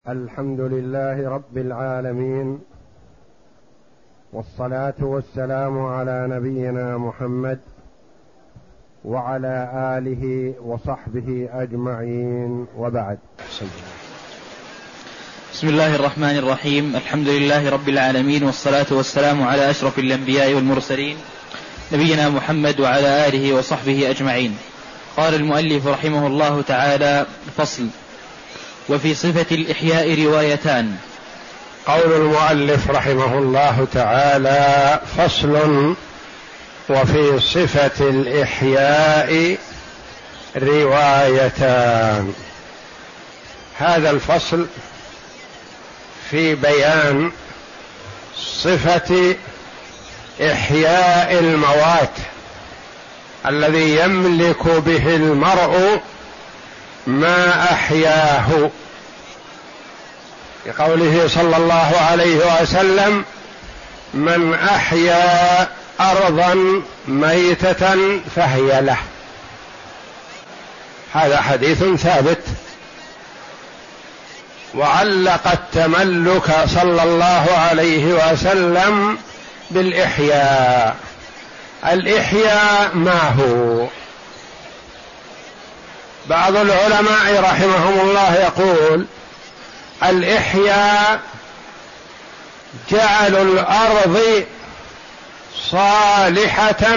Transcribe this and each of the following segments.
الحمد لله رب العالمين، والصلاة والسلام على نبينا محمد وعلى آله وصحبه أجمعين، وبعد. بسم الله الرحمن الرحيم. الحمد لله رب العالمين، والصلاة والسلام على أشرف الأنبياء والمرسلين نبينا محمد وعلى آله وصحبه أجمعين. قال المؤلف رحمه الله تعالى: فصل. وفي صفة الإحياء روايتان. قول المؤلف رحمه الله تعالى: فصل. وفي صفة الإحياء روايتان. هذا الفصل في بيان صفة إحياء الموات الذي يملك به المرء ما أحياه، بقوله صلى الله عليه وسلم: من أحيا أرضا ميتة فهي له. هذا حديث ثابت. وعلق التملك صلى الله عليه وسلم بالإحياء. الإحياء ما هو؟ بعض العلماء رحمهم الله يقول: الإحياء جعل الأرض صالحة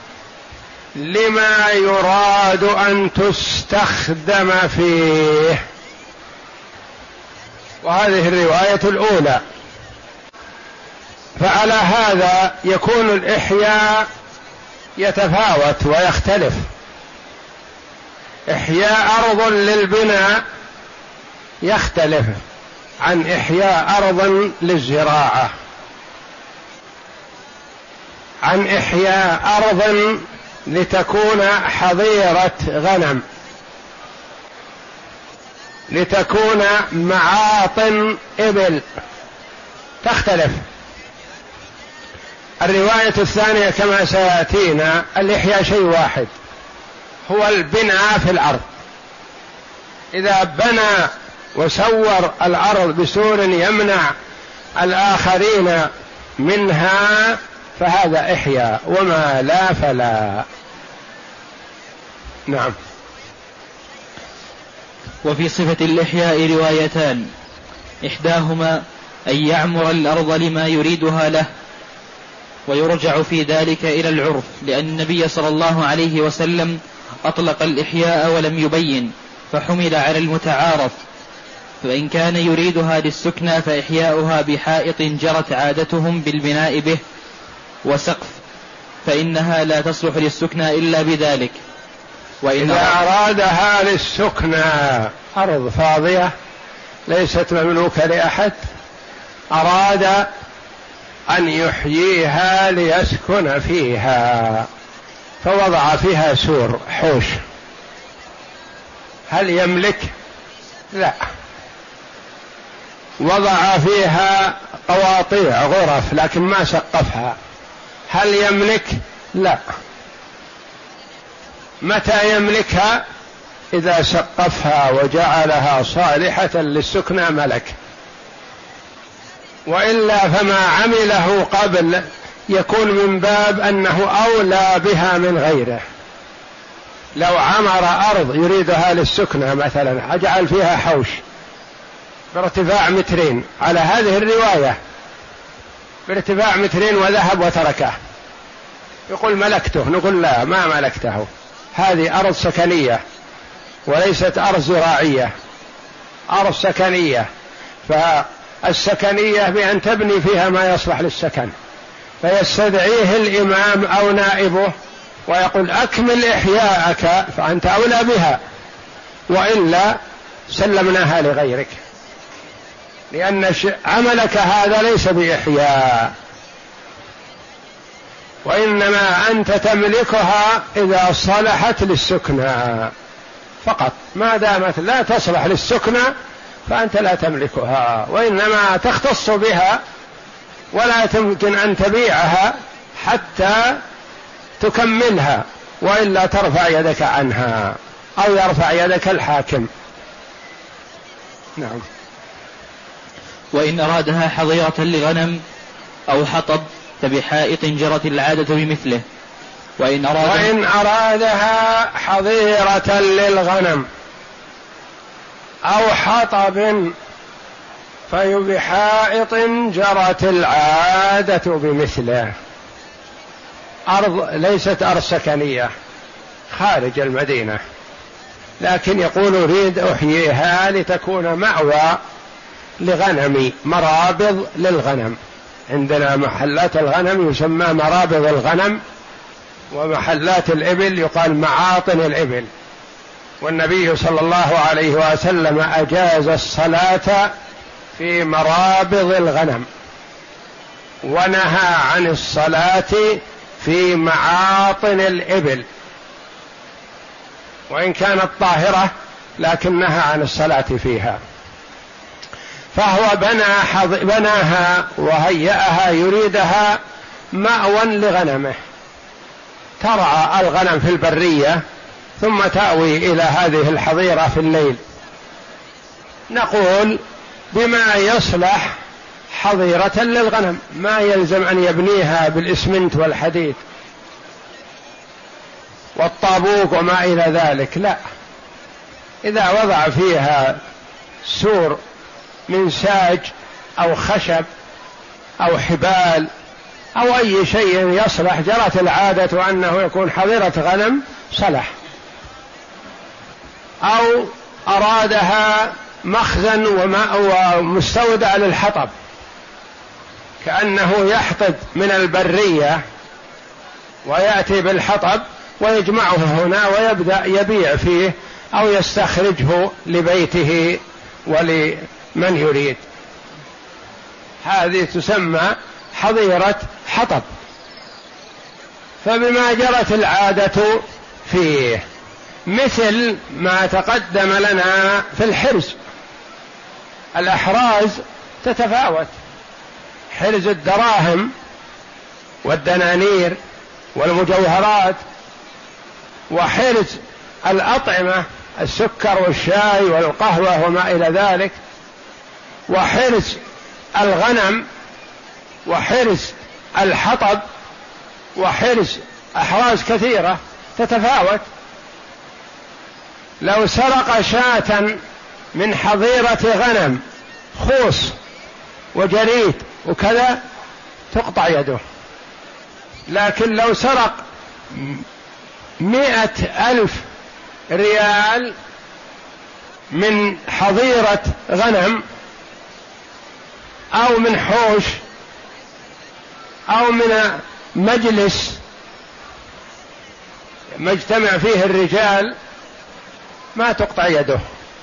لما يراد أن تستخدم فيه. وهذه الرواية الأولى. فعلى هذا يكون الإحياء يتفاوت ويختلف. إحياء أرض للبناء يختلف عن إحياء أرض للزراعة، عن إحياء أرض لتكون حظيرة غنم، لتكون معاطن إبل، تختلف. الرواية الثانية كما سيأتينا: الإحياء شيء واحد، هو البناء في الأرض. إذا بنى وسور الأرض بسور يمنع الآخرين منها فهذا إحياء، وما لا فلا. نعم. وفي صفة الإحياء روايتان، إحداهما أن يعمر الأرض لما يريدها له، ويرجع في ذلك إلى العرف، لأن النبي صلى الله عليه وسلم أطلق الإحياء ولم يبين، فحمل على المتعارف. فإن كان يريدها للسكنى فإحياؤها بحائط جرت عادتهم بالبناء به وسقف، فإنها لا تصلح للسكنى إلا بذلك. إذا أرادها للسكنى، أرض فاضية ليست مملوكة لأحد، أراد أن يحييها ليسكن فيها، فوضع فيها سور حوش، هل يملك؟ لا. وضع فيها قواطيع غرف لكن ما سقفها، هل يملك؟ لا. متى يملكها؟ إذا سقفها وجعلها صالحة للسكنى ملك، وإلا فما عمله قبل يكون من باب أنه أولى بها من غيره. لو عمر أرض يريدها للسكنى مثلا، أجعل فيها حوش بارتفاع 2 على هذه الرواية، بارتفاع 2 وذهب وتركه، يقول ملكته. نقول لا، ما ملكته، هذه أرض سكنية وليست أرض زراعية، أرض سكنية. فالسكنية بأن تبني فيها ما يصلح للسكن، فيستدعيه الإمام أو نائبه ويقول: أكمل إحياءك، فأنت أولى بها، وإلا سلمناها لغيرك، لأن عملك هذا ليس بإحياء، وإنما أنت تملكها إذا صلحت للسكنى فقط. ما دامت لا تصلح للسكنى فأنت لا تملكها، وإنما تختص بها، ولا يمكن أن تبيعها حتى تكملها، وإلا ترفع يدك عنها أو يرفع يدك الحاكم. نعم. وإن أرادها حظيرة لغنم أو حطب فبحائط جرت العادة بمثله. وإن أرادها حظيرة للغنم أو حطب فبحائط جرت العادة بمثله. أرض ليست أرض سكنية خارج المدينة، لكن يقول أريد أحييها لتكون مأوى لغنمي، مرابض للغنم. عندنا محلات الغنم يسمى مرابض الغنم، ومحلات الإبل يقال معاطن الإبل. والنبي صلى الله عليه وسلم أجاز الصلاة في مرابض الغنم، ونهى عن الصلاة في معاطن الإبل، وإن كانت طاهرة لكن نهى عن الصلاة فيها. فهو بناها وهيأها يريدها مأوى لغنمه، ترعى الغنم في البرية ثم تأوي إلى هذه الحظيرة في الليل. نقول بما يصلح حظيرة للغنم، ما يلزم أن يبنيها بالإسمنت والحديد والطابوق وما إلى ذلك، لا، إذا وضع فيها سور من ساج أو خشب أو حبال أو أي شيء يصلح، جرت العادة أنه يكون حظيرة غنم صلح. أو أرادها مخزن ومستودع للحطب، كأنه يحطب من البرية ويأتي بالحطب ويجمعه هنا ويبدأ يبيع فيه أو يستخرجه لبيته ولمن يريد. هذه تسمى حظيرة حطب. فبما جرت العادة فيه، مثل ما تقدم لنا في الحرز. الأحراز تتفاوت، حرز الدراهم والدنانير والمجوهرات، وحرز الأطعمة السكر والشاي والقهوة وما إلى ذلك، وحرز الغنم، وحرز الحطب، وحرز أحراز كثيرة تتفاوت. لو سرق شاة من حظيرة غنم، خوص وجريد وكذا، تقطع يده. لكن لو سرق 100,000 ريال من حظيرة غنم أو من حوش أو من مجلس مجتمع فيه الرجال، ما تقطع يده،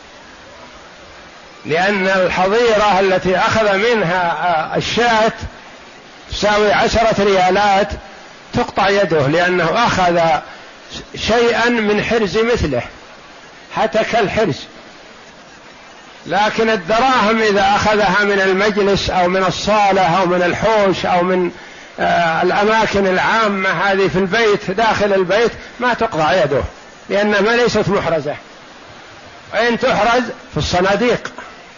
لأن الحظيرة التي أخذ منها الشاة تساوي 10 ريالات، تقطع يده لأنه أخذ شيئا من حرز مثله، هتك الحرز. لكن الدراهم إذا أخذها من المجلس أو من الصالة أو من الحوش أو من الأماكن العامة هذه في البيت داخل البيت، ما تقطع يده لأنها ليست محرزة، وإن تحرز في الصناديق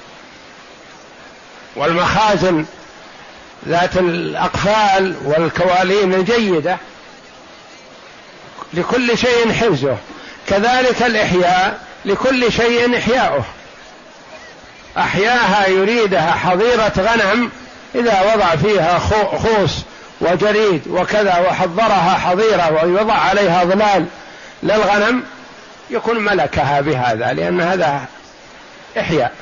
والمخازن ذات الأقفال والكوالين الجيدة، لكل شيء حرزه. كذلك الإحياء، لكل شيء إحياؤه. أحياها يريدها حظيرة غنم، إذا وضع فيها خوص وجريد وكذا وحضرها حظيرة ويوضع عليها ظلال للغنم، يكون ملكها بهذا، لأن هذا إحياء.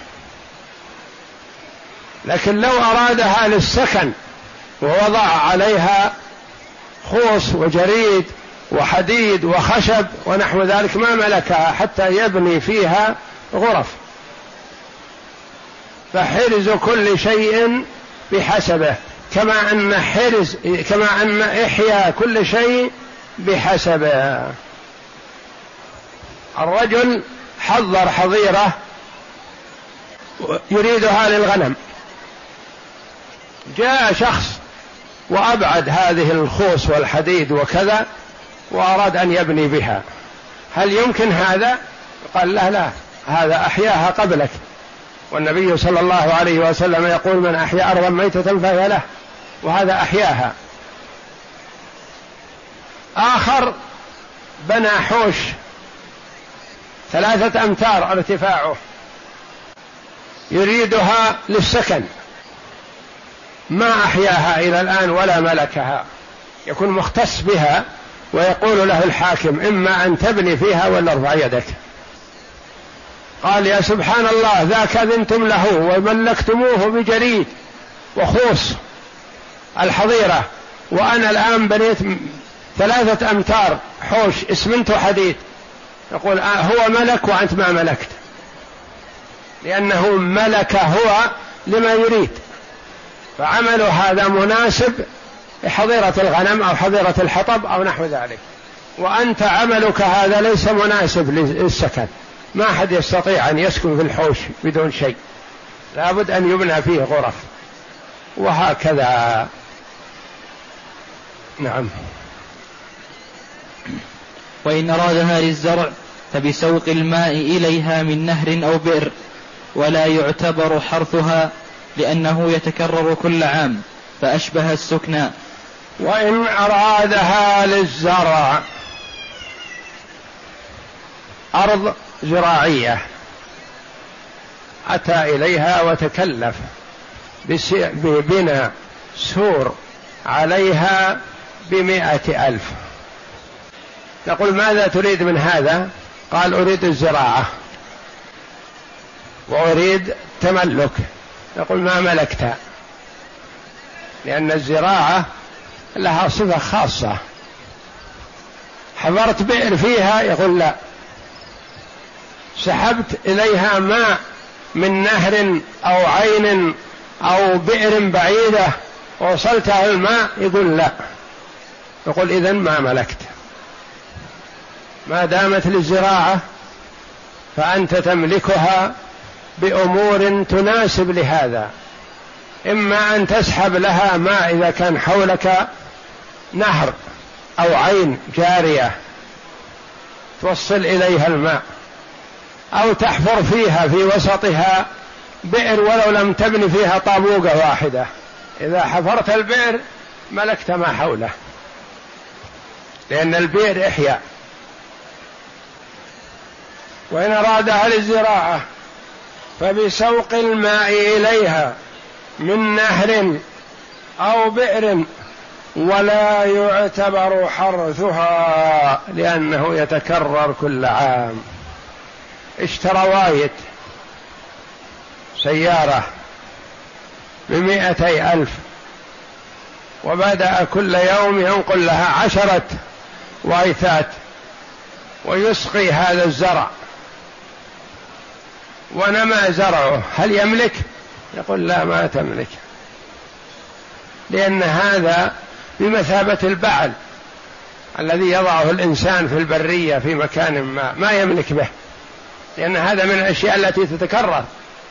لكن لو أرادها للسكن ووضع عليها خوص وجريد وحديد وخشب ونحو ذلك، ما ملكها حتى يبني فيها غرف. فحرز كل شيء بحسبه، كما أن إحياء كل شيء بحسبه. الرجل حضر حظيرة يريدها للغنم، جاء شخص وأبعد هذه الخوص والحديد وكذا وأراد أن يبني بها، هل يمكن هذا؟ قال لا، هذا أحياها قبلك والنبي صلى الله عليه وسلم يقول من أحيا أرضا ميتة فهي له، وهذا أحياها. آخر بنى حوش 3 أمتار ارتفاعه يريدها للسكن، ما أحياها إلى الآن ولا ملكها، يكون مختص بها ويقول له الحاكم إما أن تبني فيها ولا ارفع يدك. قال يا سبحان الله ذاك أذنتم له وملكتموه بجريد وخوص الحظيرة، وأنا الآن بنيت 3 أمتار حوش اسمنت حديد. يقول هو ملك وأنت ما ملكت، لأنه ملك هو لما يريد، فعمل هذا مناسب لحظيرة الغنم أو حظيرة الحطب أو نحو ذلك، وأنت عملك هذا ليس مناسب للسكن، ما أحد يستطيع أن يسكن في الحوش بدون شيء، لابد أن يبنى فيه غرف، وهكذا. نعم. وإن أرادها للزرع فبسوق الماء إليها من نهر أو بئر، ولا يعتبر حرثها لأنه يتكرر كل عام فأشبه السكنى. وإن أرادها للزرع، أرض زراعية أتى إليها وتكلف ببناء سور عليها ب100,000، نقول ماذا تريد من هذا؟ قال أريد الزراعة وأريد تملك. نقول ما ملكتها، لأن الزراعة لها صفة خاصة. حفرت بئر فيها، يقول لا. سحبت إليها ماء من نهر أو عين أو بئر بعيدة ووصلتها الماء، يقول لا. يقول إذن ما ملكت. ما دامت للزراعة فأنت تملكها بأمور تناسب لهذا، إما أن تسحب لها ماء إذا كان حولك نهر أو عين جارية توصل إليها الماء، أو تحفر فيها في وسطها بئر ولو لم تبني فيها طابوقة واحدة، إذا حفرت البئر ملكت ما حوله، لأن البئر إحياء. وإن أرادها للزراعة فبسوق الماء إليها من نهر أو بئر، ولا يعتبر حرثها لأنه يتكرر كل عام. اشترى وايد سيارة ب100,000 وبدأ كل يوم ينقل لها 10 وايتات ويسقي هذا الزرع ونمى زرعه، هل يملك؟ يقول لا، ما تملك، لأن هذا بمثابة البعل الذي يضعه الإنسان في البرية في مكان ما يملك به، لأن هذا من الأشياء التي تتكرر.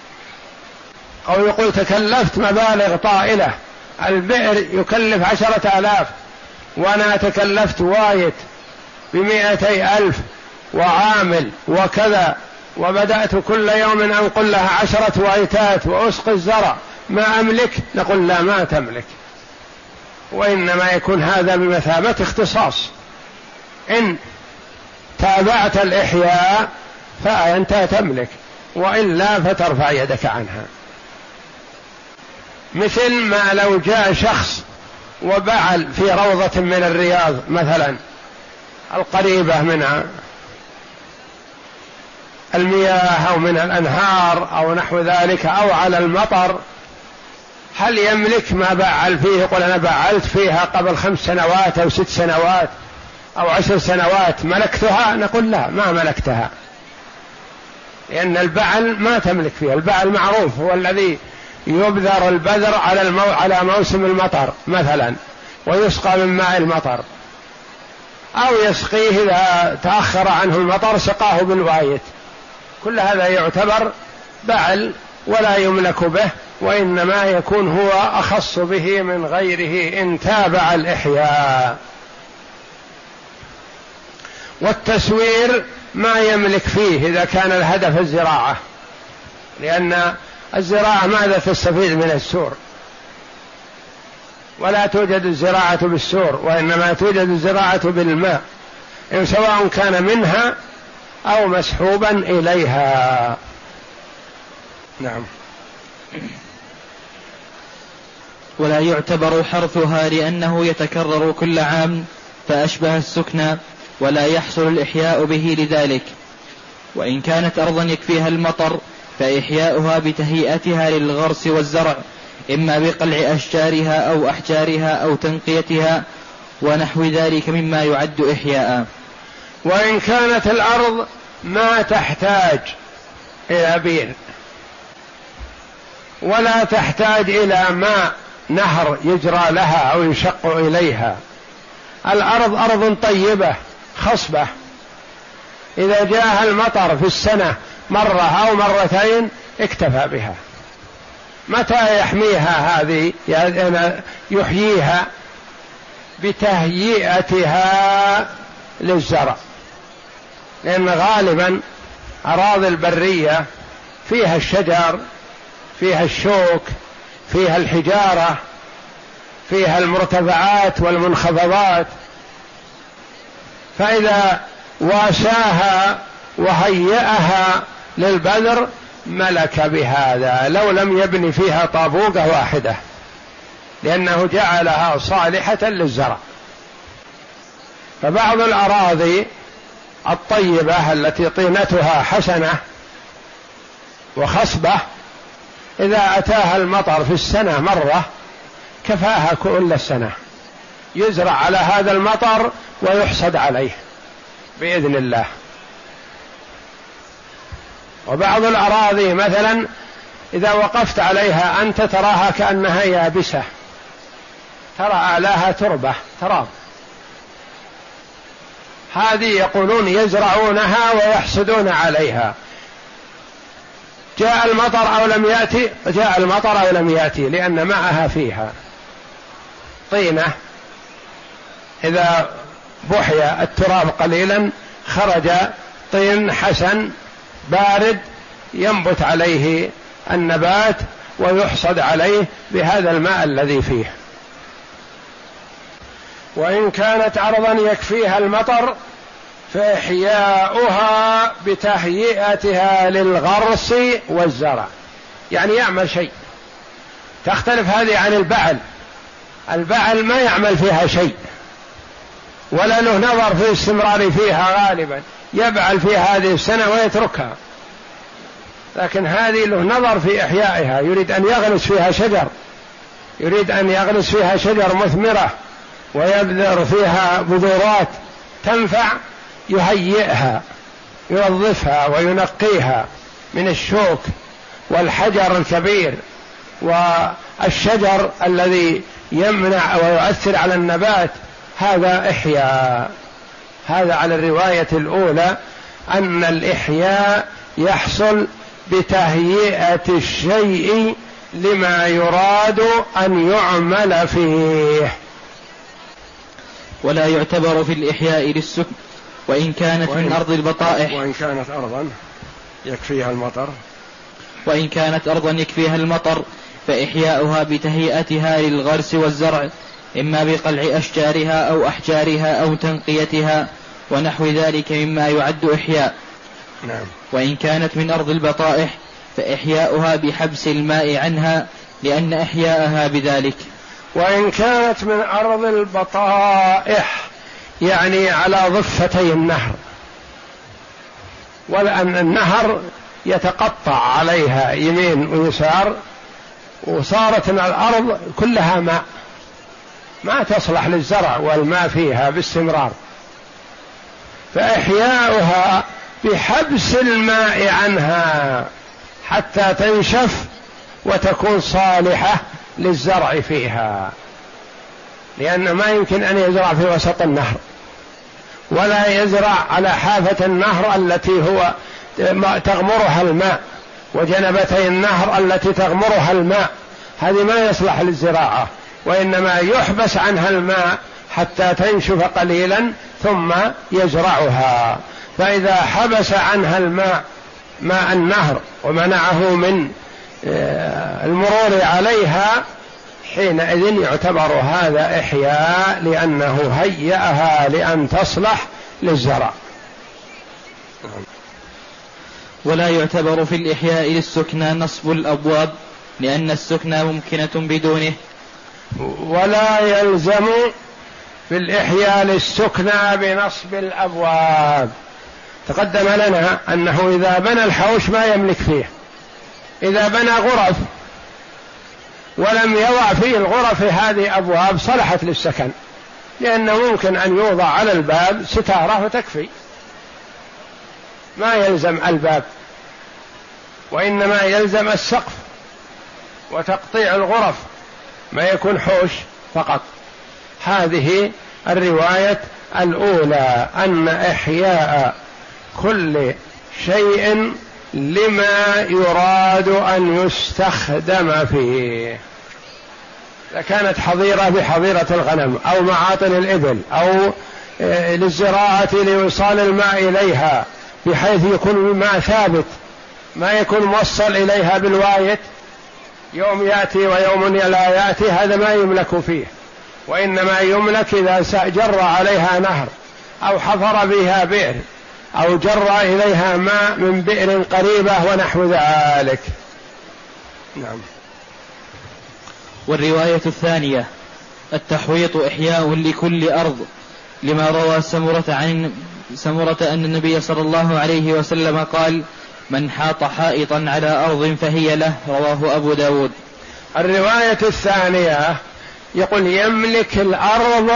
أو يقول تكلفت مبالغ طائلة، البئر يكلف 10,000 وأنا تكلفت وايت ب100,000 وعامل وكذا، وبدأت كل يوم أنقل لها 10 وايتات وأسقي الزرع، ما أملك؟ نقول لا، ما تملك، وإنما يكون هذا بمثابة اختصاص. إن تابعت الإحياء فأنت تملك، وإلا فترفع يدك عنها. مثل ما لو جاء شخص وبعل في روضة من الرياض مثلا القريبة من المياه أو من الأنهار أو نحو ذلك، أو على المطر، هل يملك ما بعل فيه؟ يقول أنا بعلت فيها قبل 5 سنوات أو 6 سنوات أو 10 سنوات، ملكتها؟ نقول لا، ما ملكتها، لأن البعل ما تملك فيها. البعل معروف هو الذي يبذر البذر على موسم المطر مثلا، ويسقى من ماء المطر، أو يسقيه إذا تأخر عنه المطر سقاه بالوايت، كل هذا يعتبر بعل ولا يملك به، وإنما يكون هو أخص به من غيره إن تابع الإحياء. والتسوير ما يملك فيه إذا كان الهدف الزراعة، لأن الزراعة ماذا تستفيد من السور؟ ولا توجد الزراعة بالسور، وإنما توجد الزراعة بالماء، سواء كان منها أو مسحوبا إليها. نعم. ولا يعتبر حرثها لأنه يتكرر كل عام فأشبه السكنى، ولا يحصل الإحياء به لذلك. وإن كانت أرضا يكفيها المطر فإحياؤها بتهيئتها للغرس والزرع، إما بقلع أشجارها أو أحجارها أو تنقيتها ونحو ذلك مما يعد إحياء. وإن كانت الأرض ما تحتاج إلى بير ولا تحتاج إلى ماء نهر يجرى لها أو يشق إليها، الأرض أرض طيبة خصبة، إذا جاءها المطر في السنة مرة أو مرتين اكتفى بها. متى يحميها هذه؟ يحييها بتهيئتها للزرع، لأن غالبا أراضي البرية فيها الشجر، فيها الشوك، فيها الحجارة، فيها المرتفعات والمنخفضات، فإذا واساها وهيئها للبذر ملك بهذا لو لم يبني فيها طابوقة واحدة، لأنه جعلها صالحة للزرع. فبعض الأراضي الطيبة التي طينتها حسنة وخصبة إذا أتاها المطر في السنة مرة كفاها كل السنة، يزرع على هذا المطر ويحصد عليه بإذن الله. وبعض الأراضي مثلا إذا وقفت عليها أنت تراها كأنها يابسة، ترى أعلاها تربة تراب، هذه يقولون يزرعونها ويحصدون عليها. جاء المطر أو لم يأتي، جاء المطر أو لم يأتي، لأن معها فيها طينة، إذا بحي التراب قليلا خرج طين حسن بارد ينبت عليه النبات ويحصد عليه بهذا الماء الذي فيه. وإن كانت أرضا يكفيها المطر فإحياؤها بتهيئتها للغرس والزرع، يعني يعمل شيء. تختلف هذه عن البعل، البعل ما يعمل فيها شيء ولا له نظر في الاستمرار فيها، غالبا يبعل فيها هذه السنة ويتركها، لكن هذه له نظر في إحيائها، يريد أن يغرس فيها شجر، يريد أن يغرس فيها شجر مثمرة ويبذر فيها بذورات تنفع، يهيئها ينظفها وينقيها من الشوك والحجر الكبير والشجر الذي يمنع ويؤثر على النبات، هذا إحياء. هذا على الرواية الأولى أن الإحياء يحصل بتهيئة الشيء لما يراد أن يعمل فيه. ولا يعتبر في الإحياء للسكن وإن كانت من أرض البطائح، وإن كانت أرضا يكفيها المطر، وإن كانت أرضا يكفيها المطر فإحياؤها بتهيئتها للغرس والزرع، إما بقلع أشجارها أو أحجارها أو تنقيتها ونحو ذلك مما يعد إحياء. نعم. وإن كانت من أرض البطائح فإحياؤها بحبس الماء عنها، لأن إحياءها بذلك. وإن كانت من أرض البطائح يعني على ضفتي النهر، ولأن النهر يتقطع عليها يمين ويسار، وصارت الأرض كلها ماء ما تصلح للزرع والماء فيها باستمرار، فإحياؤها بحبس الماء عنها حتى تنشف وتكون صالحة للزرع فيها، لأن ما يمكن أن يزرع في وسط النهر ولا يزرع على حافة النهر التي هو تغمرها الماء، وجنبتي النهر التي تغمرها الماء، هذه ما يصلح للزراعة، وإنما يحبس عنها الماء حتى تنشف قليلا ثم يزرعها. فإذا حبس عنها الماء ماء النهر ومنعه من المرور عليها، حينئذ يعتبر هذا إحياء لأنه هيأها لأن تصلح للزرع. ولا يعتبر في الإحياء للسكنى نصب الأبواب لأن السكنى ممكنة بدونه. ولا يلزم في الإحياء للسكنى بنصب الأبواب. تقدم لنا أنه إذا بنى الحوش ما يملك فيه، إذا بنى غرف ولم يضع فيه الغرف هذه أبواب صلحت للسكن، لأنه ممكن أن يوضع على الباب ستارة وتكفي، ما يلزم الباب، وإنما يلزم السقف وتقطيع الغرف، ما يكون حوش فقط. هذه الرواية الأولى، أن إحياء كل شيء لما يراد أن يستخدم فيه. إذا كانت حظيرة بحظيرة الغنم أو معاطن الإبل أو للزراعة لإيصال الماء إليها بحيث يكون الماء ثابت، ما يكون موصل إليها بالوايت، يوم يأتي ويوم لا يأتي، هذا ما يملك فيه، وإنما يملك إذا جر عليها نهر أو حفر بها بئر أو جر إليها ماء من بئر قريبة ونحو ذلك. نعم. والرواية الثانية التحويط إحياء لكل أرض، لما روى سمرة أن النبي صلى الله عليه وسلم قال: من حاط حائطا على أرض فهي له، رواه أبو داود. الرواية الثانية يقول يملك الأرض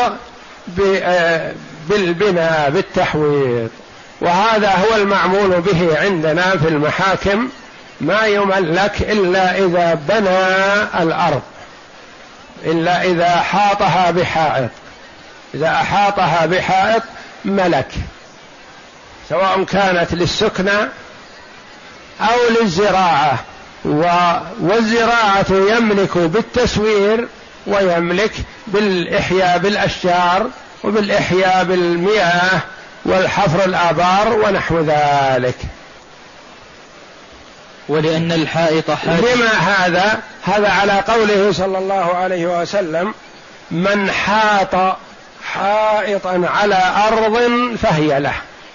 بالبناء بالتحويط، وهذا هو المعمول به عندنا في المحاكم، ما يملك إلا إذا بنى الأرض، إلا إذا حاطها بحائط. إذا أحاطها بحائط ملك، سواء كانت للسكنى أو للزراعة، والزراعة يملك بالتسوير ويملك بالإحياء بالأشجار وبالإحياء بالمياه والحفر الآبار ونحو ذلك. ولأن الحائط حاجز. لما هذا على قوله صلى الله عليه وسلم: من حاط حائطا على أرض فهي له،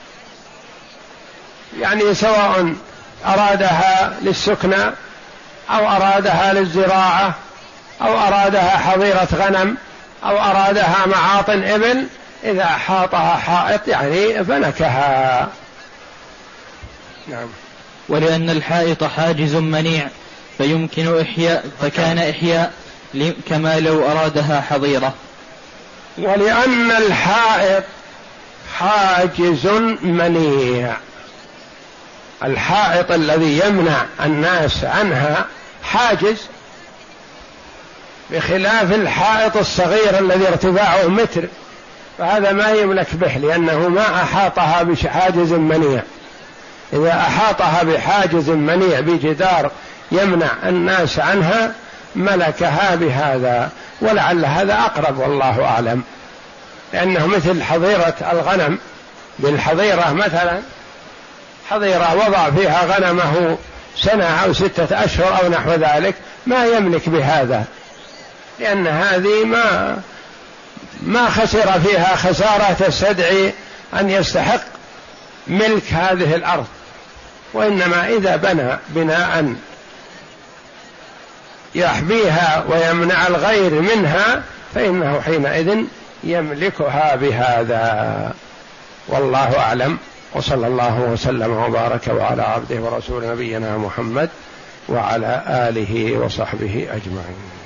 يعني سواء أرادها للسكنى أو أرادها للزراعة أو أرادها حظيرة غنم أو أرادها معاطن إبل، إذا حاطها حائط يعني فنكها. نعم. ولأن الحائط حاجز منيع فيمكن إحياء، فكان إحياء كما لو أرادها حظيرة. ولأن الحائط حاجز منيع، الحائط الذي يمنع الناس عنها حاجز، بخلاف الحائط الصغير الذي ارتفاعه متر، فهذا ما يملك به لأنه ما أحاطها بحاجز منيع. إذا أحاطها بحاجز منيع بجدار يمنع الناس عنها ملكها بهذا، ولعل هذا أقرب والله أعلم، لأنه مثل حظيرة الغنم. بالحظيرة مثلا حظيرة وضع فيها غنمه سنة أو 6 أشهر أو نحو ذلك، ما يملك بهذا، لأن هذه ما خسر فيها خسارة تستدعي أن يستحق ملك هذه الأرض. وإنما إذا بنى بناء يحميها ويمنع الغير منها فإنه حينئذ يملكها بهذا، والله أعلم. وصلى الله وسلم وبارك وعلى عبده ورسول نبينا محمد وعلى آله وصحبه أجمعين.